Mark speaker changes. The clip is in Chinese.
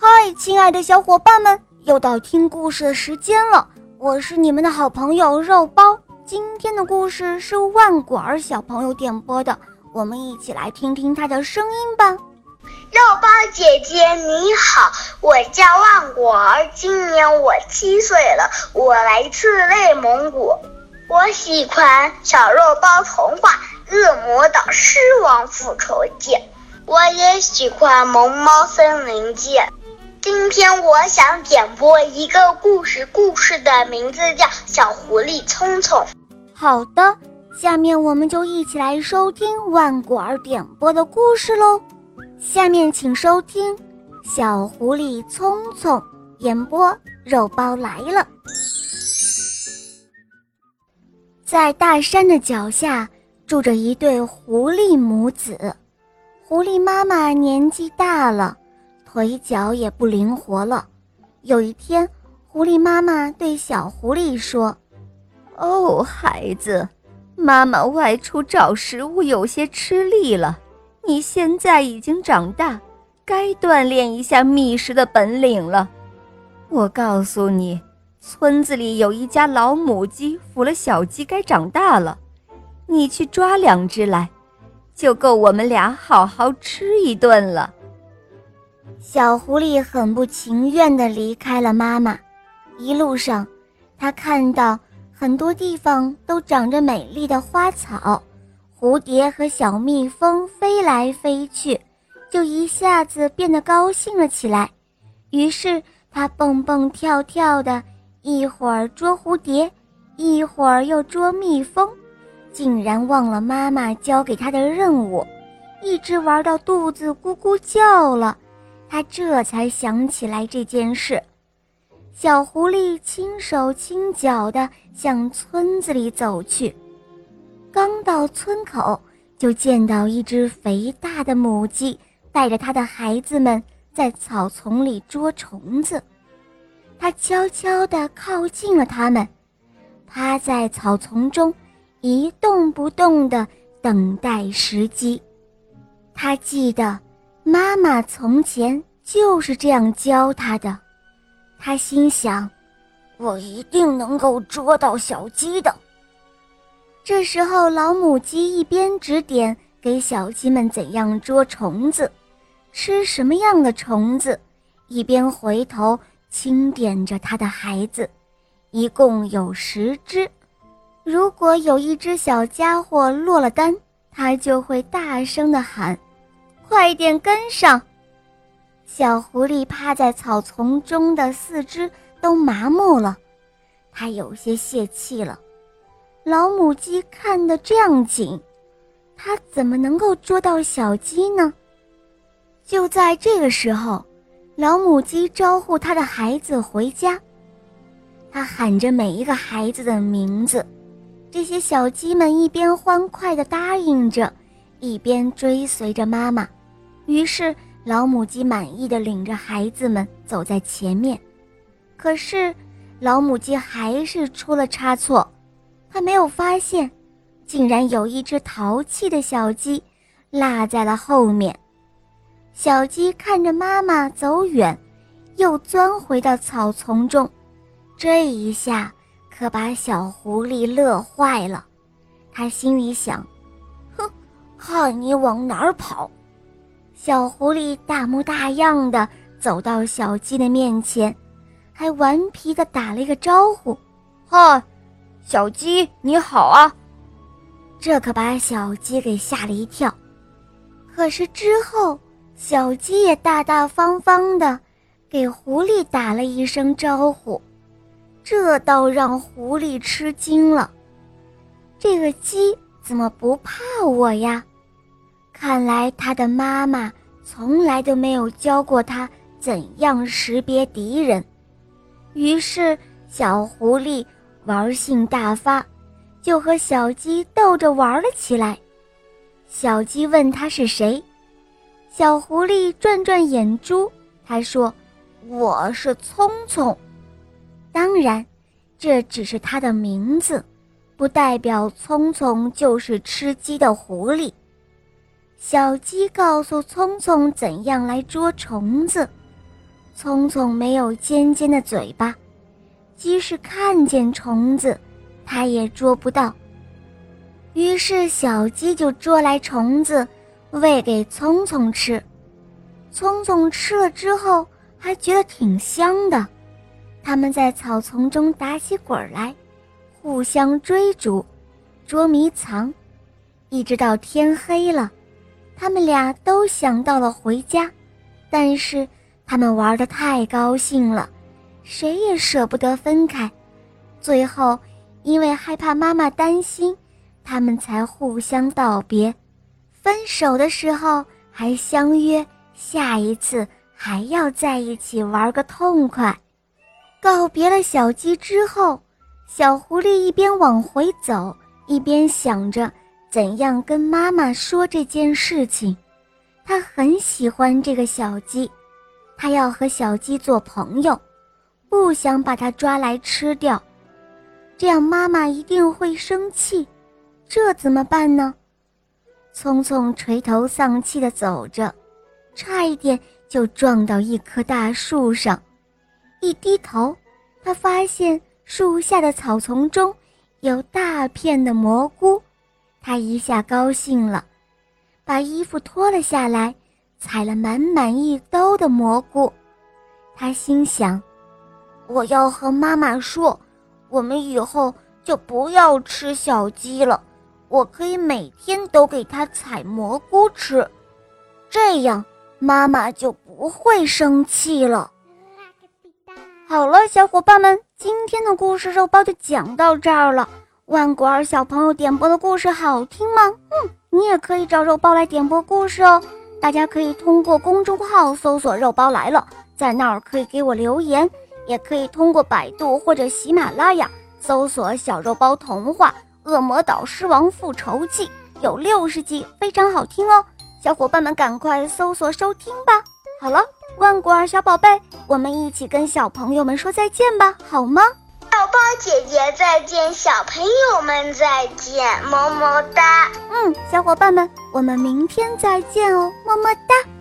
Speaker 1: 亲爱的小伙伴们，又到听故事的时间了，我是你们的好朋友肉包。今天的故事是万果儿小朋友点播的，我们一起来听听他的声音吧。
Speaker 2: 肉包姐姐你好，我叫万果儿，今年我7岁了，我来自内蒙古。我喜欢小肉包童话《恶魔岛狮王复仇记》，我也喜欢萌猫森林记。今天我想点播一个故事的名字叫《小狐狸聪聪》。
Speaker 1: 好的，下面我们就一起来收听万果儿点播的故事咯。下面请收听《小狐狸聪聪》，演播肉包来了。在大山的脚下住着一对狐狸母子，狐狸妈妈年纪大了，腿脚也不灵活了。有一天，狐狸妈妈对小狐狸说：
Speaker 3: 哦，孩子，妈妈外出找食物有些吃力了，你现在已经长大，该锻炼一下觅食的本领了。我告诉你，村子里有一家老母鸡孵了小鸡该长大了，你去抓2只来，就够我们俩好好吃一顿了。
Speaker 1: 小狐狸很不情愿地离开了妈妈，一路上，他看到很多地方都长着美丽的花草，蝴蝶和小蜜蜂飞来飞去，就一下子变得高兴了起来。于是他蹦蹦跳跳的，一会儿捉蝴蝶，一会儿又捉蜜蜂，竟然忘了妈妈交给他的任务，一直玩到肚子咕咕叫了。他这才想起来这件事。小狐狸轻手轻脚地向村子里走去，刚到村口，就见到一只肥大的母鸡带着它的孩子们在草丛里捉虫子。它悄悄地靠近了它们，趴在草丛中一动不动地等待时机。它记得妈妈从前就是这样教它的。他心想，我一定能够捉到小鸡的。这时候，老母鸡一边指点给小鸡们怎样捉虫子，吃什么样的虫子，一边回头清点着它的孩子，一共有10只。如果有一只小家伙落了单，它就会大声地喊：快点跟上！小狐狸趴在草丛中的4只都麻木了，它有些泄气了。老母鸡看得这样紧，它怎么能够捉到小鸡呢？就在这个时候，老母鸡招呼它的孩子回家，它喊着每一个孩子的名字，这些小鸡们一边欢快地答应着，一边追随着妈妈。于是老母鸡满意地领着孩子们走在前面，可是老母鸡还是出了差错，它没有发现，竟然有一只淘气的小鸡落在了后面。小鸡看着妈妈走远，又钻回到草丛中，这一下可把小狐狸乐坏了。他心里想，哼，看你往哪儿跑！小狐狸大模大样地走到小鸡的面前，还顽皮地打了一个招呼：
Speaker 3: 嗨，小鸡你好啊！
Speaker 1: 这可把小鸡给吓了一跳。可是之后，小鸡也大大方方地给狐狸打了一声招呼，这倒让狐狸吃惊了。这个鸡怎么不怕我呀？看来他的妈妈从来都没有教过他怎样识别敌人。于是小狐狸玩性大发，就和小鸡逗着玩了起来。小鸡问他是谁，小狐狸转转眼珠，他说：我是聪聪。当然，这只是他的名字，不代表聪聪就是吃鸡的狐狸。小鸡告诉聪聪怎样来捉虫子， 聪聪没有尖尖的嘴巴，即使看见虫子，它也捉不到。于是小鸡就捉来虫子，喂给聪聪吃。聪聪吃了之后，还觉得挺香的。他们在草丛中打起滚来，互相追逐，捉迷藏，一直到天黑了。他们俩都想到了回家，但是他们玩得太高兴了，谁也舍不得分开。最后因为害怕妈妈担心，他们才互相道别。分手的时候还相约下一次还要在一起玩个痛快。告别了小鸡之后，小狐狸一边往回走，一边想着怎样跟妈妈说这件事情。他很喜欢这个小鸡，他要和小鸡做朋友，不想把它抓来吃掉，这样妈妈一定会生气，这怎么办呢？聪聪垂头丧气地走着，差一点就撞到一棵大树上。一低头，他发现树下的草丛中有大片的蘑菇，他一下高兴了，把衣服脱了下来，采了满满一兜的蘑菇。他心想，我要和妈妈说，我们以后就不要吃小鸡了，我可以每天都给它采蘑菇吃，这样妈妈就不会生气了。好了，小伙伴们，今天的故事肉包就讲到这儿了。万果儿小朋友点播的故事好听吗？你也可以找肉包来点播故事哦。大家可以通过公众号搜索肉包来了，在那儿可以给我留言，也可以通过百度或者喜马拉雅搜索小肉包童话恶魔岛狮王复仇记，有60集，非常好听哦。小伙伴们赶快搜索收听吧。好了，万果儿小宝贝，我们一起跟小朋友们说再见吧，好吗？
Speaker 2: 肉包姐姐再见，小朋友们再见，么么哒。
Speaker 1: 小伙伴们，我们明天再见哦，么么哒。